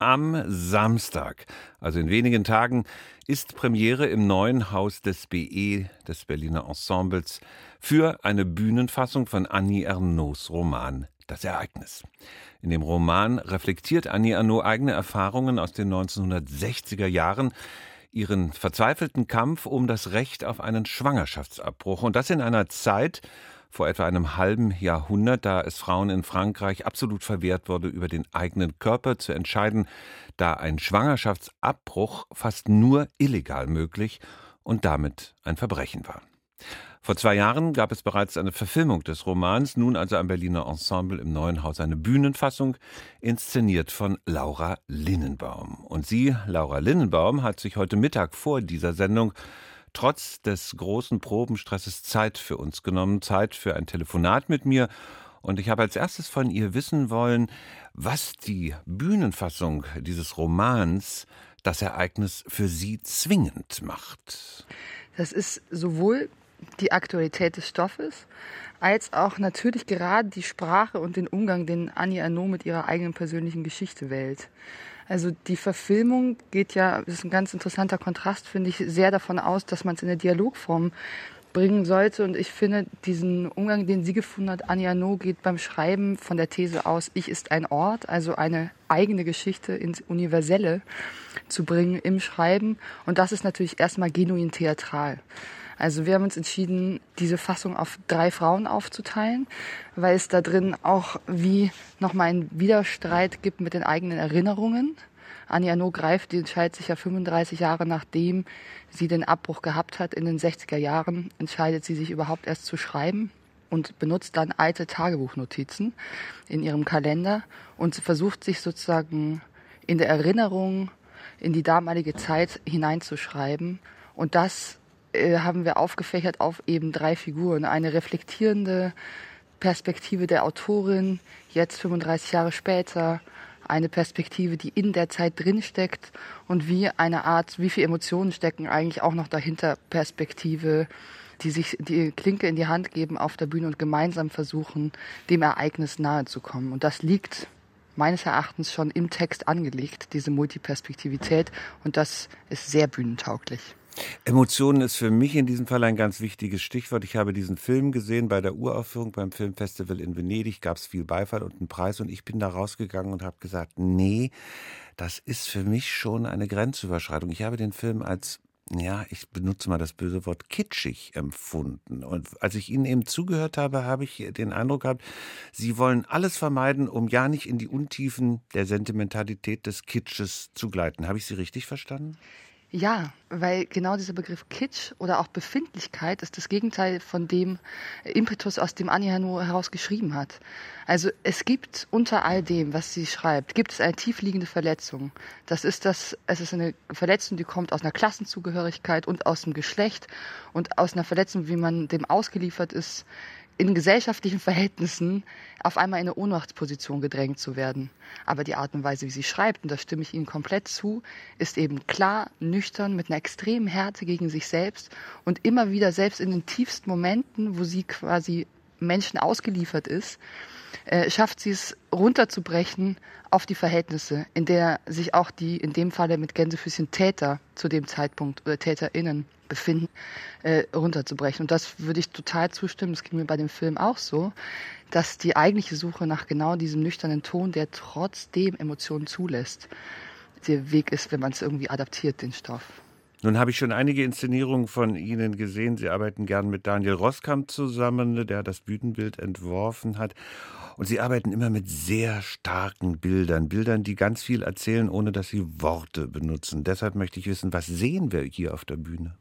Am Samstag, also in wenigen Tagen, ist Premiere im neuen Haus des BE, des Berliner Ensembles, für eine Bühnenfassung von Annie Ernauds Roman Das Ereignis. In dem Roman reflektiert Annie Ernaux eigene Erfahrungen aus den 1960er Jahren, ihren verzweifelten Kampf um das Recht auf einen Schwangerschaftsabbruch. Und das in einer Zeit, vor etwa einem halben Jahrhundert, da es Frauen in Frankreich absolut verwehrt wurde, über den eigenen Körper zu entscheiden, da ein Schwangerschaftsabbruch fast nur illegal möglich und damit ein Verbrechen war. Vor 2 Jahren gab es bereits eine Verfilmung des Romans, nun also am Berliner Ensemble im Neuen Haus eine Bühnenfassung, inszeniert von Laura Linnenbaum. Und sie, Laura Linnenbaum, hat sich heute Mittag vor dieser Sendung trotz des großen Probenstresses Zeit für uns genommen, Zeit für ein Telefonat mit mir. Und ich habe als erstes von ihr wissen wollen, was die Bühnenfassung dieses Romans, Das Ereignis, für sie zwingend macht. Das ist sowohl die Aktualität des Stoffes, als auch natürlich gerade die Sprache und den Umgang, den Annie Ernaux mit ihrer eigenen persönlichen Geschichte wählt. Also die Verfilmung geht ja, das ist ein ganz interessanter Kontrast, finde ich, sehr davon aus, dass man es in der Dialogform bringen sollte. Und ich finde, diesen Umgang, den sie gefunden hat, Annie Ernaux, geht beim Schreiben von der These aus, Ich ist ein Ort, also eine eigene Geschichte ins Universelle zu bringen im Schreiben. Und das ist natürlich erstmal genuin theatral. Also wir haben uns entschieden, diese Fassung auf 3 Frauen aufzuteilen, weil es da drin auch wie nochmal einen Widerstreit gibt mit den eigenen Erinnerungen. Annie Ernaux die entscheidet sich ja 35 Jahre nachdem sie den Abbruch gehabt hat, in den 60er Jahren, entscheidet sie sich überhaupt erst zu schreiben und benutzt dann alte Tagebuchnotizen in ihrem Kalender und versucht sich sozusagen in der Erinnerung in die damalige Zeit hineinzuschreiben. Und das haben wir aufgefächert auf eben 3 Figuren. Eine reflektierende Perspektive der Autorin, jetzt 35 Jahre später, eine Perspektive, die in der Zeit drinsteckt und wie eine Art, wie viele Emotionen stecken eigentlich auch noch dahinter, Perspektive, die sich die Klinke in die Hand geben auf der Bühne und gemeinsam versuchen, dem Ereignis nahe zu kommen. Und das liegt meines Erachtens schon im Text angelegt, diese Multiperspektivität, und das ist sehr bühnentauglich. Emotionen ist für mich in diesem Fall ein ganz wichtiges Stichwort. Ich habe diesen Film gesehen bei der Uraufführung beim Filmfestival in Venedig, gab es viel Beifall und einen Preis und ich bin da rausgegangen und habe gesagt, nee, das ist für mich schon eine Grenzüberschreitung. Ich habe den Film als, ja, ich benutze mal das böse Wort, kitschig empfunden. Und als ich Ihnen eben zugehört habe, habe ich den Eindruck gehabt, Sie wollen alles vermeiden, um ja nicht in die Untiefen der Sentimentalität des Kitsches zu gleiten. Habe ich Sie richtig verstanden? Ja, weil genau dieser Begriff Kitsch oder auch Befindlichkeit ist das Gegenteil von dem Impetus, aus dem Annie Ernaux heraus geschrieben hat. Also es gibt unter all dem, was sie schreibt, gibt es eine tiefliegende Verletzung. Es ist eine Verletzung, die kommt aus einer Klassenzugehörigkeit und aus dem Geschlecht und aus einer Verletzung, wie man dem ausgeliefert ist, in gesellschaftlichen Verhältnissen auf einmal in eine Ohnmachtsposition gedrängt zu werden. Aber die Art und Weise, wie sie schreibt, und da stimme ich Ihnen komplett zu, ist eben klar, nüchtern, mit einer extremen Härte gegen sich selbst und immer wieder, selbst in den tiefsten Momenten, wo sie quasi Menschen ausgeliefert ist, schafft sie es runterzubrechen auf die Verhältnisse, in der sich auch die, in dem Falle mit Gänsefüßchen Täter zu dem Zeitpunkt oder TäterInnen befinden, runterzubrechen. Und das würde ich total zustimmen, das ging mir bei dem Film auch so, dass die eigentliche Suche nach genau diesem nüchternen Ton, der trotzdem Emotionen zulässt, der Weg ist, wenn man es irgendwie adaptiert, den Stoff. Nun habe ich schon einige Inszenierungen von Ihnen gesehen. Sie arbeiten gern mit Daniel Roßkamp zusammen, der das Bühnenbild entworfen hat. Und Sie arbeiten immer mit sehr starken Bildern, die ganz viel erzählen, ohne dass Sie Worte benutzen. Deshalb möchte ich wissen, was sehen wir hier auf der Bühne?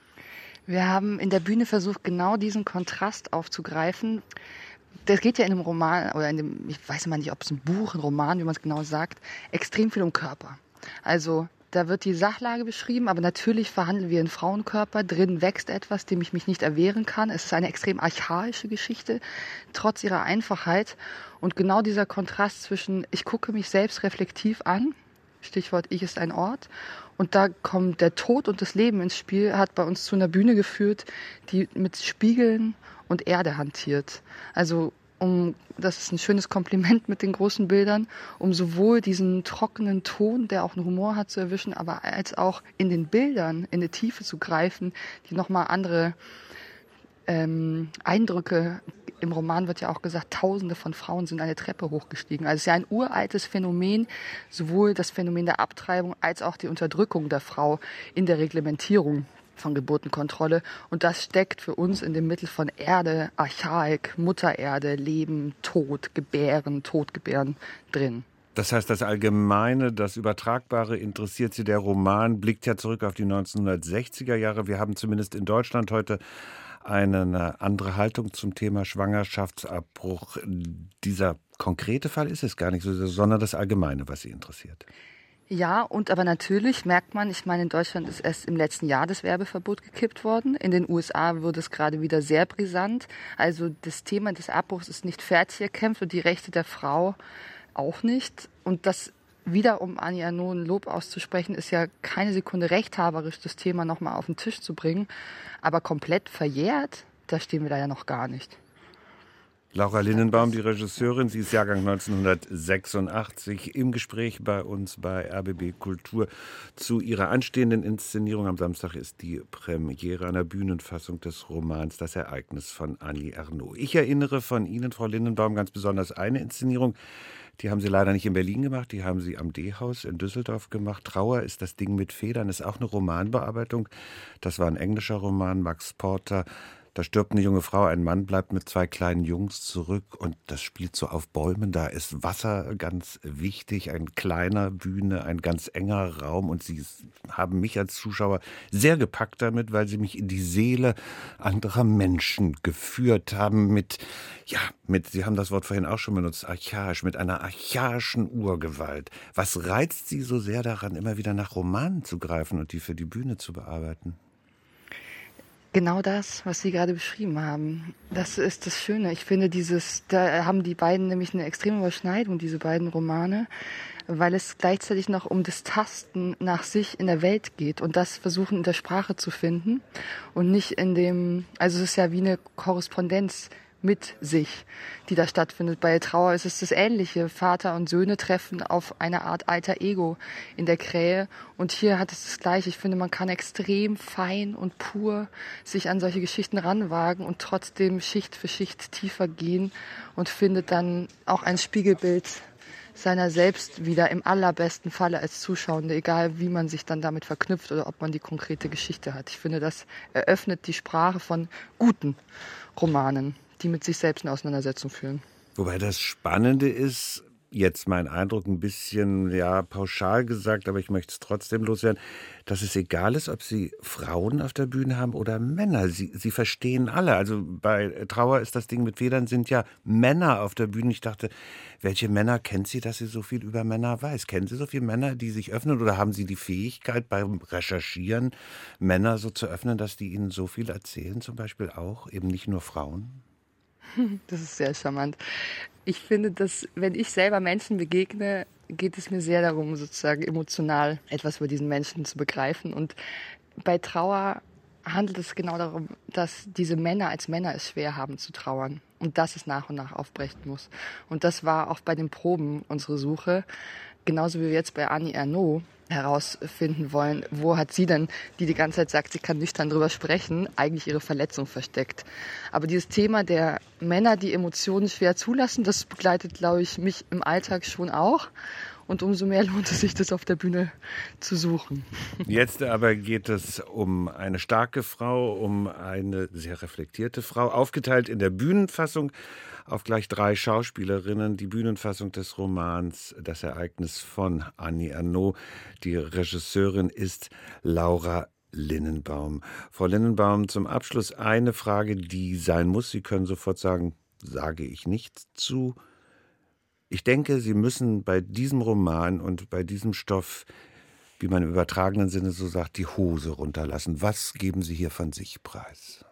Wir haben in der Bühne versucht, genau diesen Kontrast aufzugreifen. Das geht ja in einem Roman oder in dem, ich weiß immer nicht, ob es ein Buch, ein Roman, wie man es genau sagt, extrem viel um Körper. Also da wird die Sachlage beschrieben, aber natürlich verhandeln wir einen Frauenkörper. Drin wächst etwas, dem ich mich nicht erwehren kann. Es ist eine extrem archaische Geschichte, trotz ihrer Einfachheit. Und genau dieser Kontrast zwischen, ich gucke mich selbst reflektiv an, Stichwort Ich ist ein Ort, und da kommt der Tod und das Leben ins Spiel, hat bei uns zu einer Bühne geführt, die mit Spiegeln und Erde hantiert. Also das ist ein schönes Kompliment mit den großen Bildern, um sowohl diesen trockenen Ton, der auch einen Humor hat, zu erwischen, aber als auch in den Bildern in die Tiefe zu greifen, die nochmal andere Eindrücke. Im Roman wird ja auch gesagt, Tausende von Frauen sind eine Treppe hochgestiegen. Also es ist ja ein uraltes Phänomen, sowohl das Phänomen der Abtreibung als auch die Unterdrückung der Frau in der Reglementierung von Geburtenkontrolle. Und das steckt für uns in dem Mittel von Erde, Archaik, Mutter Erde, Leben, Tod, Gebären, Todgebären drin. Das heißt, das Allgemeine, das Übertragbare interessiert Sie. Der Roman blickt ja zurück auf die 1960er Jahre. Wir haben zumindest in Deutschland heute eine andere Haltung zum Thema Schwangerschaftsabbruch. Dieser konkrete Fall ist es gar nicht so, sondern das Allgemeine, was Sie interessiert. Ja, und aber natürlich merkt man, ich meine, in Deutschland ist erst im letzten Jahr das Werbeverbot gekippt worden. In den USA wird es gerade wieder sehr brisant. Also das Thema des Abbruchs ist nicht fertig erkämpft und die Rechte der Frau auch nicht. Und das wieder, um Annie Ernaux ein Lob auszusprechen, ist ja keine Sekunde rechthaberisch, das Thema nochmal auf den Tisch zu bringen. Aber komplett verjährt, da stehen wir da ja noch gar nicht. Laura Linnenbaum, die Regisseurin, sie ist Jahrgang 1986, im Gespräch bei uns bei RBB Kultur zu ihrer anstehenden Inszenierung. Am Samstag ist die Premiere einer Bühnenfassung des Romans Das Ereignis von Annie Ernaux. Ich erinnere von Ihnen, Frau Linnenbaum, ganz besonders eine Inszenierung, die haben Sie leider nicht in Berlin gemacht, die haben Sie am D-Haus in Düsseldorf gemacht. Trauer ist das Ding mit Federn, ist auch eine Romanbearbeitung. Das war ein englischer Roman, Max Porter. Da stirbt eine junge Frau, ein Mann bleibt mit 2 kleinen Jungs zurück und das spielt so auf Bäumen. Da ist Wasser ganz wichtig, ein kleiner Bühne, ein ganz enger Raum und Sie haben mich als Zuschauer sehr gepackt damit, weil Sie mich in die Seele anderer Menschen geführt haben Sie haben das Wort vorhin auch schon benutzt, archaisch, mit einer archaischen Urgewalt. Was reizt Sie so sehr daran, immer wieder nach Romanen zu greifen und die für die Bühne zu bearbeiten? Genau das, was Sie gerade beschrieben haben. Das ist das Schöne. Ich finde, da haben die beiden nämlich eine extreme Überschneidung, diese beiden Romane, weil es gleichzeitig noch um das Tasten nach sich in der Welt geht und das Versuchen in der Sprache zu finden und nicht also es ist ja wie eine Korrespondenz mit sich, die da stattfindet. Bei Trauer ist es das Ähnliche. Vater und Söhne treffen auf eine Art alter Ego in der Krähe. Und hier hat es das Gleiche. Ich finde, man kann extrem fein und pur sich an solche Geschichten ranwagen und trotzdem Schicht für Schicht tiefer gehen und findet dann auch ein Spiegelbild seiner selbst wieder, im allerbesten Falle als Zuschauende, egal wie man sich dann damit verknüpft oder ob man die konkrete Geschichte hat. Ich finde, das eröffnet die Sprache von guten Romanen, die mit sich selbst eine Auseinandersetzung führen. Wobei das Spannende ist, jetzt mein Eindruck ein bisschen pauschal gesagt, aber ich möchte es trotzdem loswerden, dass es egal ist, ob Sie Frauen auf der Bühne haben oder Männer. Sie verstehen alle. Also bei Trauer ist das Ding mit Federn, sind ja Männer auf der Bühne. Ich dachte, welche Männer kennt Sie, dass Sie so viel über Männer weiß? Kennen Sie so viele Männer, die sich öffnen oder haben Sie die Fähigkeit beim Recherchieren, Männer so zu öffnen, dass die Ihnen so viel erzählen, zum Beispiel auch, eben nicht nur Frauen? Das ist sehr charmant. Ich finde, dass, wenn ich selber Menschen begegne, geht es mir sehr darum, sozusagen emotional etwas über diesen Menschen zu begreifen. Und bei Trauer handelt es genau darum, dass diese Männer als Männer es schwer haben zu trauern und dass es nach und nach aufbrechen muss. Und das war auch bei den Proben unsere Suche, genauso wie wir jetzt bei Annie Ernaux herausfinden wollen, wo hat sie denn, die ganze Zeit sagt, sie kann nüchtern drüber sprechen, eigentlich ihre Verletzung versteckt. Aber dieses Thema der Männer, die Emotionen schwer zulassen, das begleitet, glaube ich, mich im Alltag schon auch. Und umso mehr lohnt es sich, das auf der Bühne zu suchen. Jetzt aber geht es um eine starke Frau, um eine sehr reflektierte Frau, aufgeteilt in der Bühnenfassung auf gleich 3 Schauspielerinnen. Die Bühnenfassung des Romans Das Ereignis von Annie Ernaux. Die Regisseurin ist Laura Linnenbaum. Frau Linnenbaum, zum Abschluss eine Frage, die sein muss. Sie können sofort sagen, sage ich nichts zu. Ich denke, Sie müssen bei diesem Roman und bei diesem Stoff, wie man im übertragenen Sinne so sagt, die Hose runterlassen. Was geben Sie hier von sich preis?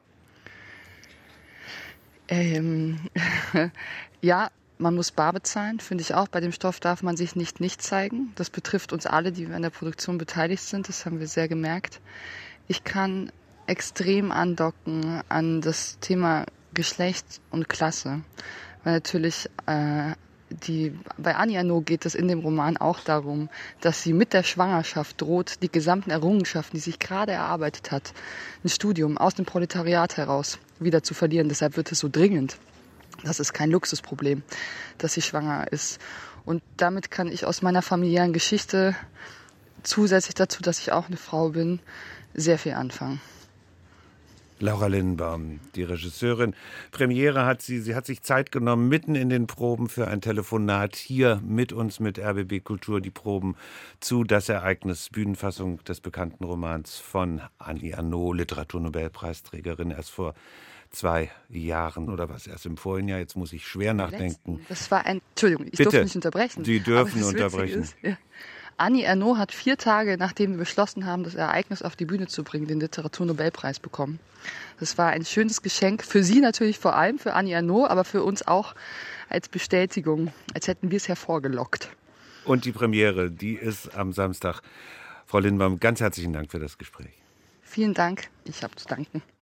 Ja, man muss bar bezahlen, finde ich auch. Bei dem Stoff darf man sich nicht zeigen. Das betrifft uns alle, die an der Produktion beteiligt sind. Das haben wir sehr gemerkt. Ich kann extrem andocken an das Thema Geschlecht und Klasse, weil natürlich bei Annie Ernaux geht es in dem Roman auch darum, dass sie mit der Schwangerschaft droht, die gesamten Errungenschaften, die sich gerade erarbeitet hat, ein Studium aus dem Proletariat heraus wieder zu verlieren. Deshalb wird es so dringend. Das ist kein Luxusproblem, dass sie schwanger ist. Und damit kann ich aus meiner familiären Geschichte, zusätzlich dazu, dass ich auch eine Frau bin, sehr viel anfangen. Laura Lindenbaum, die Regisseurin. Premiere hat sie hat sich Zeit genommen, mitten in den Proben für ein Telefonat hier mit uns, mit RBB Kultur, die Proben zu Das Ereignis, Bühnenfassung des bekannten Romans von Annie Ernaux, Literaturnobelpreisträgerin, erst vor 2 Jahren oder was, erst im vorigen Jahr. Jetzt muss ich schwer nachdenken. Das war Entschuldigung, ich durfte nicht unterbrechen. Sie dürfen unterbrechen. Annie Ernaux hat 4 Tage, nachdem wir beschlossen haben, das Ereignis auf die Bühne zu bringen, den Literaturnobelpreis bekommen. Das war ein schönes Geschenk, für sie natürlich vor allem, für Annie Ernaux, aber für uns auch als Bestätigung, als hätten wir es hervorgelockt. Und die Premiere, die ist am Samstag. Frau Lindenbaum, ganz herzlichen Dank für das Gespräch. Vielen Dank, ich habe zu danken.